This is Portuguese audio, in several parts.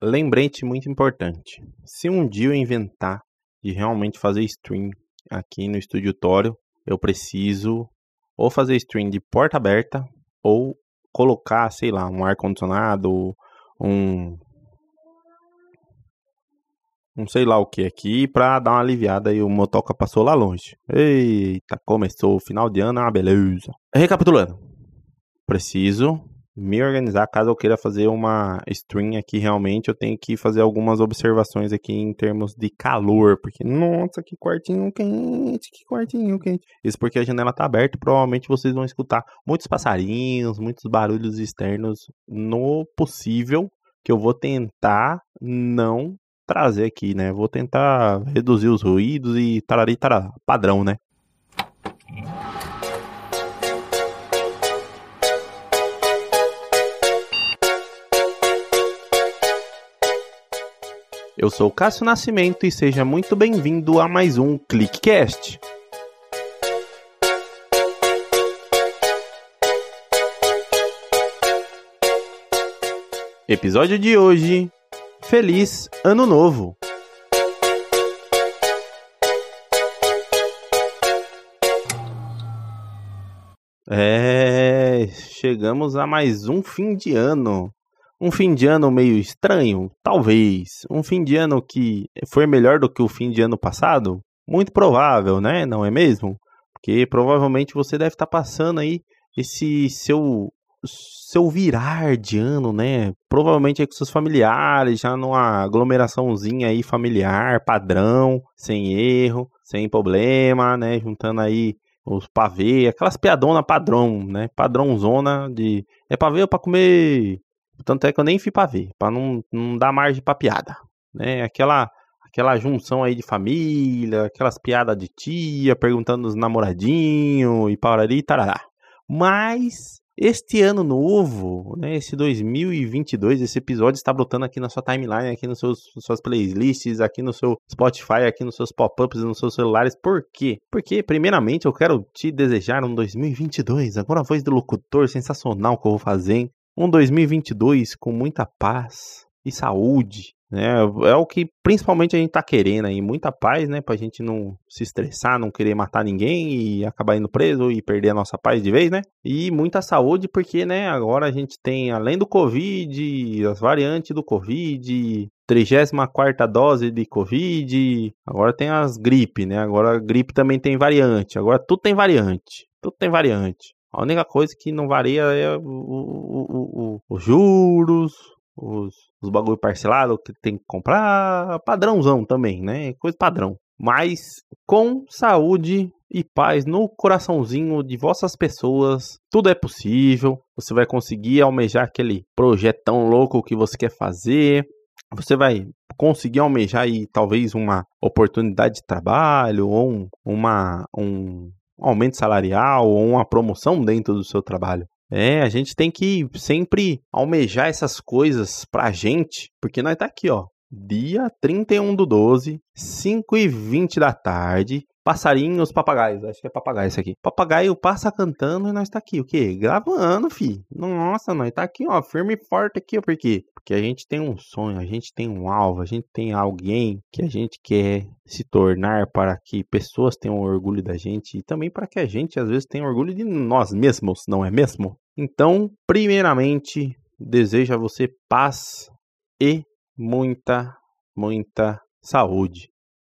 lembrete muito importante. Se um dia eu inventar de realmente fazer stream aqui no Estúdio Tório, eu preciso ou fazer stream de porta aberta ou colocar, sei lá, um ar-condicionado, um sei lá o que aqui pra dar uma aliviada e o motoca passou lá longe. Eita, começou o final de ano, é uma beleza. Recapitulando, preciso me organizar caso eu queira fazer uma stream aqui. Realmente eu tenho que fazer algumas observações aqui em termos de calor, porque nossa, que quartinho quente, que quartinho quente. Isso porque a janela tá aberta e provavelmente vocês vão escutar muitos passarinhos, muitos barulhos externos no possível, que eu vou tentar não trazer aqui, né? Vou tentar reduzir os ruídos e tarari tarará, padrão, né? Eu sou o Cássio Nascimento e seja muito bem-vindo a mais um ClickCast. Episódio de hoje: Feliz Ano Novo! Chegamos a mais um fim de ano. Um fim de ano meio estranho? Talvez. Um fim de ano que foi melhor do que o fim de ano passado? Muito provável, né? Não é mesmo? Porque provavelmente você deve estar passando aí esse seu virar de ano, né? Provavelmente aí com seus familiares, já numa aglomeraçãozinha aí familiar, padrão, sem erro, sem problema, né? Juntando aí os pavê, aquelas piadonas padrão, né? Padrãozona de é pavê ou pra comer? Tanto é que eu nem fui pra ver, pra não dar margem pra piada, né? Aquela junção aí de família, aquelas piadas de tia, perguntando os namoradinhos e parari e tarará. Mas este ano novo, né, esse 2022, esse episódio está brotando aqui na sua timeline, aqui nas suas playlists, aqui no seu Spotify, aqui nos seus pop-ups, nos seus celulares. Por quê? Porque, primeiramente, eu quero te desejar um 2022, agora a voz do locutor sensacional que eu vou fazer, hein? Um 2022 com muita paz e saúde, né? É o que principalmente a gente tá querendo aí, muita paz, né? Pra gente não se estressar, não querer matar ninguém e acabar indo preso e perder a nossa paz de vez, né? E muita saúde porque, né, agora a gente tem, além do Covid, as variantes do Covid, 34ª dose de Covid, agora tem as gripe, né? Agora a gripe também tem variante, agora tudo tem variante, tudo tem variante. A única coisa que não varia é os juros, os bagulho parcelado que tem que comprar, padrãozão também, né? Coisa padrão. Mas com saúde e paz no coraçãozinho de vossas pessoas, tudo é possível. Você vai conseguir almejar aquele projetão louco que você quer fazer. Você vai conseguir almejar aí talvez uma oportunidade de trabalho ou um aumento salarial ou uma promoção dentro do seu trabalho. A gente tem que sempre almejar essas coisas pra gente, porque nós tá aqui, ó, dia 31/12, 5h20 da tarde, passarinhos, papagaios, acho que é papagaio isso aqui. Papagaio passa cantando e nós tá aqui, o quê? Gravando, fi. Nossa, nós tá aqui, ó, firme e forte aqui, ó, por quê? Porque a gente tem um sonho, a gente tem um alvo, a gente tem alguém que a gente quer se tornar para que pessoas tenham orgulho da gente e também para que a gente, às vezes, tenha orgulho de nós mesmos, não é mesmo? Então, primeiramente, desejo a você paz e muita saúde.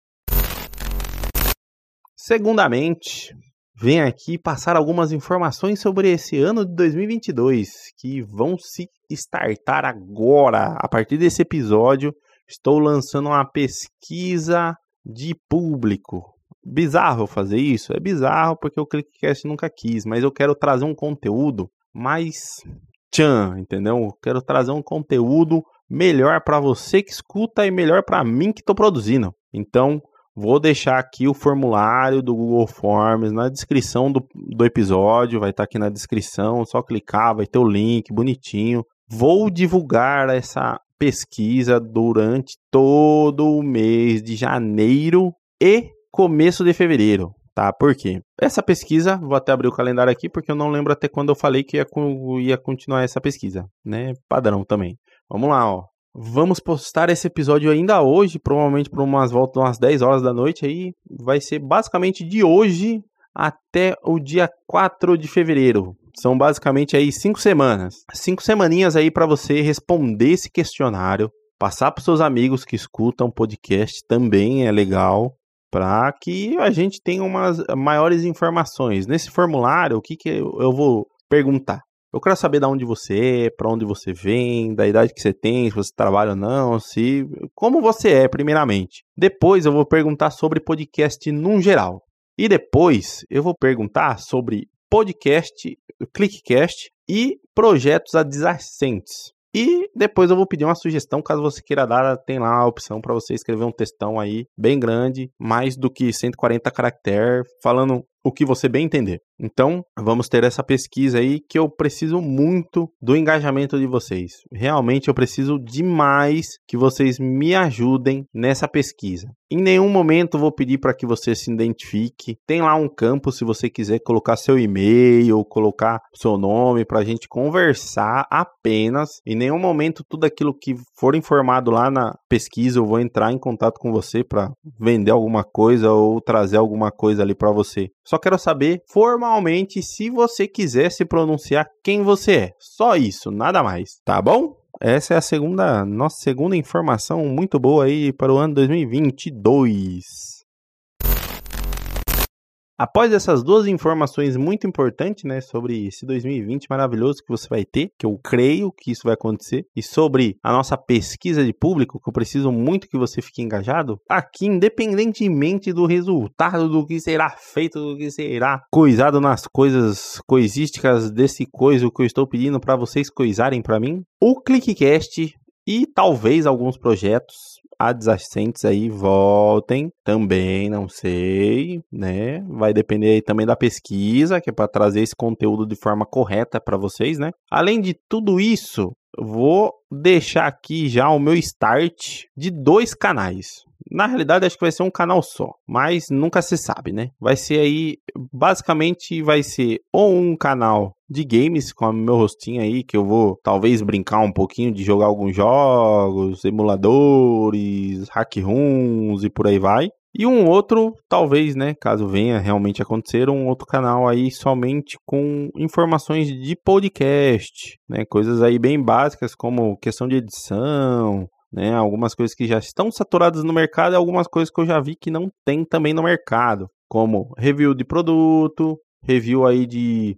Segundamente, venho aqui passar algumas informações sobre esse ano de 2022 que vão se startar agora. A partir desse episódio, estou lançando uma pesquisa de público. Bizarro fazer isso? É bizarro porque o ClickCast nunca quis, mas eu quero trazer um conteúdo mais entendeu? Eu quero trazer um conteúdo melhor para você que escuta e melhor para mim que estou produzindo. Então, vou deixar aqui o formulário do Google Forms na descrição do episódio, vai estar aqui na descrição, só clicar, vai ter o link bonitinho. Vou divulgar essa pesquisa durante todo o mês de janeiro e começo de fevereiro, tá? Por quê? Essa pesquisa, vou até abrir o calendário aqui porque eu não lembro até quando eu falei que ia continuar essa pesquisa, né? Padrão também. Vamos lá, ó. Vamos postar esse episódio ainda hoje, provavelmente por umas 10 horas da noite aí. Vai ser basicamente de hoje até o dia 4 de fevereiro. São basicamente aí 5 semanas. 5 semaninhas aí para você responder esse questionário, passar para seus amigos que escutam podcast, também é legal, para que a gente tenha umas maiores informações. Nesse formulário, o que eu vou perguntar? Eu quero saber de onde você é, para onde você vem, da idade que você tem, se você trabalha ou não, como você é, primeiramente. Depois eu vou perguntar sobre podcast num geral. E depois eu vou perguntar sobre podcast, Clickcast e projetos adjacentes. E depois eu vou pedir uma sugestão, caso você queira dar, tem lá a opção para você escrever um textão aí, bem grande, mais do que 140 caracteres, falando o que você bem entender. Então, vamos ter essa pesquisa aí que eu preciso muito do engajamento de vocês. Realmente eu preciso demais que vocês me ajudem nessa pesquisa. Em nenhum momento vou pedir para que você se identifique. Tem lá um campo se você quiser colocar seu e-mail, colocar seu nome para a gente conversar apenas. Em nenhum momento tudo aquilo que for informado lá na pesquisa eu vou entrar em contato com você para vender alguma coisa ou trazer alguma coisa ali para você. Só quero saber formalmente se você quiser se pronunciar quem você é. Só isso, nada mais. Tá bom? Essa é nossa segunda informação muito boa aí para o ano 2022. Após essas duas informações muito importantes, né, sobre esse 2020 maravilhoso que você vai ter, que eu creio que isso vai acontecer, e sobre a nossa pesquisa de público, que eu preciso muito que você fique engajado, aqui, independentemente do resultado, do que será feito, do que será coisado nas coisísticas desse coisa que eu estou pedindo para vocês coisarem para mim, o Clickcast e talvez alguns projetos adjacentes aí voltem também, não sei, né? Vai depender aí também da pesquisa, que é para trazer esse conteúdo de forma correta para vocês, né? Além de tudo isso, vou deixar aqui já o meu start de 2 canais. Na realidade, acho que vai ser um canal só, mas nunca se sabe, né? Vai ser aí, basicamente, vai ser ou um canal de games com o meu rostinho aí, que eu vou talvez brincar um pouquinho de jogar alguns jogos, emuladores, hack rooms e por aí vai. E um outro, talvez, né, caso venha realmente acontecer, um outro canal aí somente com informações de podcast, né, coisas aí bem básicas como questão de edição, né, algumas coisas que já estão saturadas no mercado e algumas coisas que eu já vi que não tem também no mercado, como review de produto, review aí de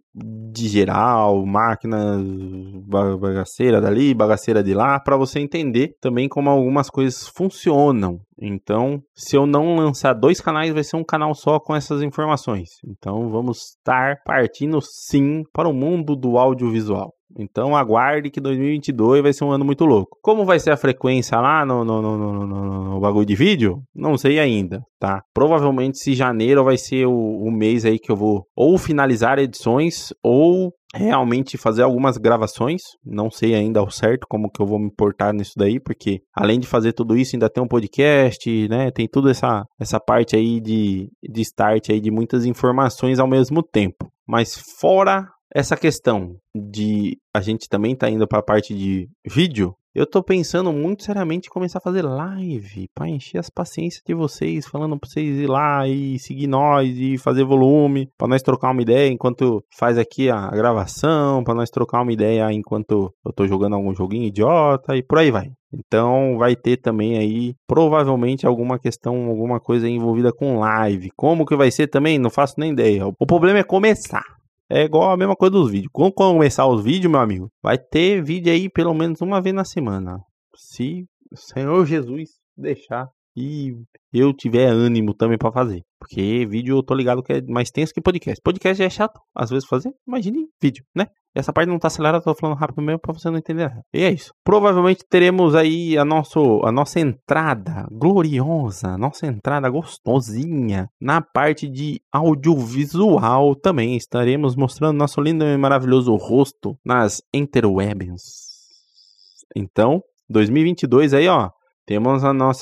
geral, máquinas, bagaceira dali, bagaceira de lá, para você entender também como algumas coisas funcionam. Então, se eu não lançar 2 canais, vai ser um canal só com essas informações. Então, vamos estar partindo sim para o mundo do audiovisual. Então aguarde que 2022 vai ser um ano muito louco. Como vai ser a frequência lá no bagulho de vídeo? Não sei ainda, tá? Provavelmente se janeiro vai ser o mês aí que eu vou ou finalizar edições ou realmente fazer algumas gravações. Não sei ainda ao certo como que eu vou me portar nisso daí, porque além de fazer tudo isso ainda tem um podcast, né? Tem toda essa parte aí de start aí de muitas informações ao mesmo tempo. Mas fora essa questão de a gente também tá indo para a parte de vídeo, eu tô pensando muito seriamente em começar a fazer live para encher as paciências de vocês, falando para vocês ir lá e seguir nós e fazer volume, para nós trocar uma ideia enquanto faz aqui a gravação, para nós trocar uma ideia enquanto eu tô jogando algum joguinho idiota e por aí vai. Então vai ter também aí provavelmente alguma questão, alguma coisa envolvida com live. Como que vai ser também? Não faço nem ideia. O problema é começar. É igual a mesma coisa dos vídeos. Quando começar os vídeos, meu amigo, vai ter vídeo aí pelo menos uma vez na semana. Se o Senhor Jesus deixar e eu tiver ânimo também pra fazer. Porque vídeo eu tô ligado que é mais tenso que podcast. Podcast já é chato, às vezes, fazer. Imagine vídeo, né? Essa parte não tá acelerada, eu tô falando rápido mesmo pra você não entender nada. E é isso. Provavelmente teremos aí a nossa entrada gloriosa, nossa entrada gostosinha na parte de audiovisual também. Estaremos mostrando nosso lindo e maravilhoso rosto nas interwebs. Então, 2022 aí, ó, temos a nossa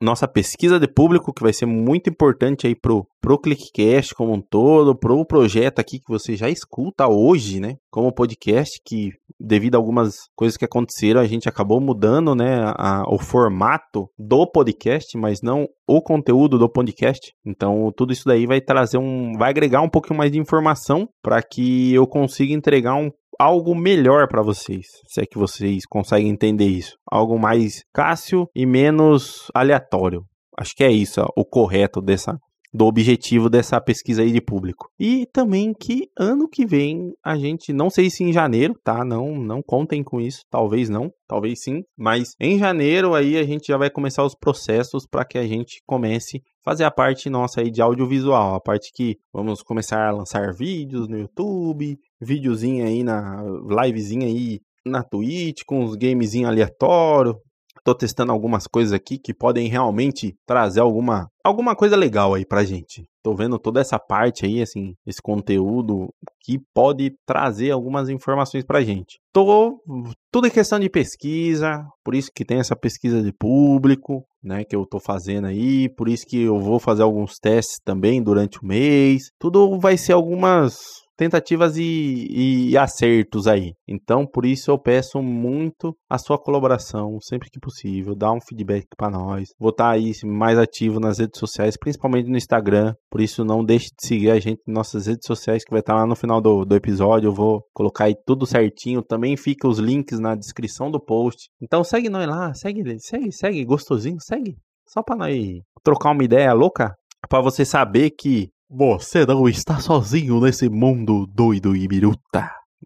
nossa pesquisa de público, que vai ser muito importante aí pro ClickCast como um todo, pro projeto aqui que você já escuta hoje, né, como podcast, que devido a algumas coisas que aconteceram, a gente acabou mudando, né, o formato do podcast, mas não o conteúdo do podcast. Então, tudo isso daí vai agregar um pouquinho mais de informação para que eu consiga entregar algo melhor para vocês, se é que vocês conseguem entender isso. Algo mais fácil e menos aleatório. Acho que é isso, o correto do objetivo dessa pesquisa aí de público. E também que ano que vem a gente, não sei se em janeiro, tá? Não contem com isso, talvez não, talvez sim, mas em janeiro aí a gente já vai começar os processos para que a gente comece a fazer a parte nossa aí de audiovisual, a parte que vamos começar a lançar vídeos no YouTube, videozinho aí livezinha aí na Twitch, com uns gamezinhos aleatórios. Tô testando algumas coisas aqui que podem realmente trazer alguma coisa legal aí pra gente. Tô vendo toda essa parte aí, assim, esse conteúdo que pode trazer algumas informações pra gente. Tudo em questão de pesquisa, por isso que tem essa pesquisa de público, né, que eu tô fazendo aí, por isso que eu vou fazer alguns testes também durante o mês. Tudo vai ser algumas tentativas e acertos aí. Então, por isso eu peço muito a sua colaboração, sempre que possível, dá um feedback para nós. Vou estar aí mais ativo nas redes sociais, principalmente no Instagram, por isso não deixe de seguir a gente nas nossas redes sociais, que vai estar lá no final do episódio. Eu vou colocar aí tudo certinho, também fica os links na descrição do post. Então segue nós lá, segue, gostosinho, segue. Só para nós trocar uma ideia louca, para você saber que você não está sozinho nesse mundo doido e biruta.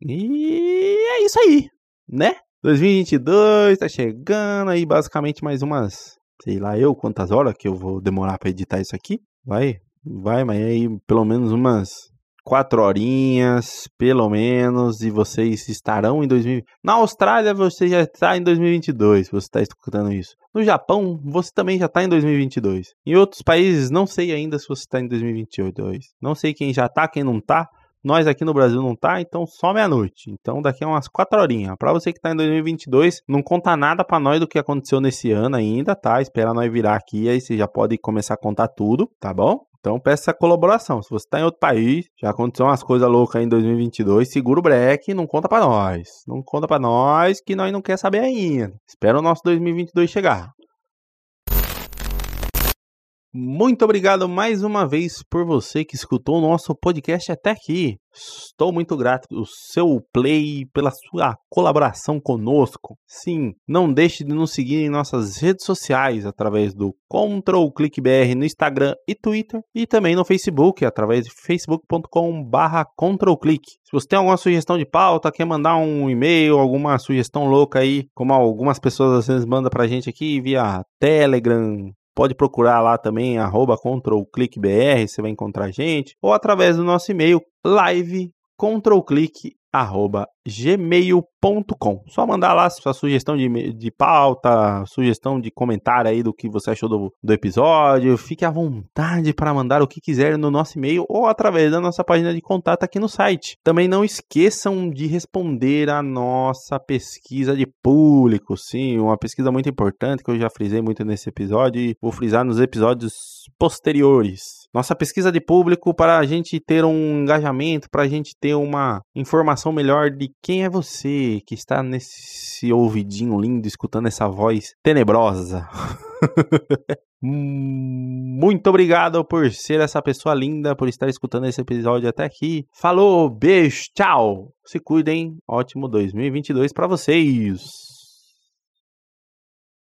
E é isso aí, né? 2022 tá chegando aí, basicamente mais umas, sei lá eu quantas horas que eu vou demorar pra editar isso aqui. Vai, mas aí pelo menos umas 4 horinhas, pelo menos, e vocês estarão em 2020. Na Austrália você já está em 2022, você está escutando isso. No Japão você também já está em 2022. Em outros países não sei ainda se você está em 2022. Não sei quem já está, quem não está. Nós aqui no Brasil não tá, então só meia-noite. Então daqui a umas 4 horinhas. Pra você que tá em 2022, não conta nada pra nós do que aconteceu nesse ano ainda, tá? Espera nós virar aqui, aí você já pode começar a contar tudo, tá bom? Então peço essa colaboração. Se você tá em outro país, já aconteceu umas coisas loucas aí em 2022, segura o break, não conta pra nós. Não conta pra nós que nós não quer saber ainda. Espera o nosso 2022 chegar. Muito obrigado mais uma vez por você que escutou o nosso podcast até aqui. Estou muito grato pelo seu play, pela sua colaboração conosco. Sim, não deixe de nos seguir em nossas redes sociais através do ControlClickBR no Instagram e Twitter, e também no Facebook através de facebook.com/ControlClick. Se você tem alguma sugestão de pauta, quer mandar um e-mail, alguma sugestão louca aí, como algumas pessoas às vezes mandam pra gente aqui via Telegram, pode procurar lá também, @ControlClickBR, você vai encontrar a gente. Ou através do nosso e-mail, livecontrolclick@gmail.com. Só mandar lá sua sugestão de pauta, sugestão de comentário aí do que você achou do episódio. Fique à vontade para mandar o que quiser no nosso e-mail ou através da nossa página de contato aqui no site. Também não esqueçam de responder a nossa pesquisa de público. Sim, uma pesquisa muito importante que eu já frisei muito nesse episódio e vou frisar nos episódios posteriores. Nossa pesquisa de público para a gente ter um engajamento, para a gente ter uma informação melhor de quem é você que está nesse ouvidinho lindo, escutando essa voz tenebrosa. Muito obrigado por ser essa pessoa linda, por estar escutando esse episódio até aqui. Falou, beijo, tchau. Se cuidem, ótimo 2022 para vocês.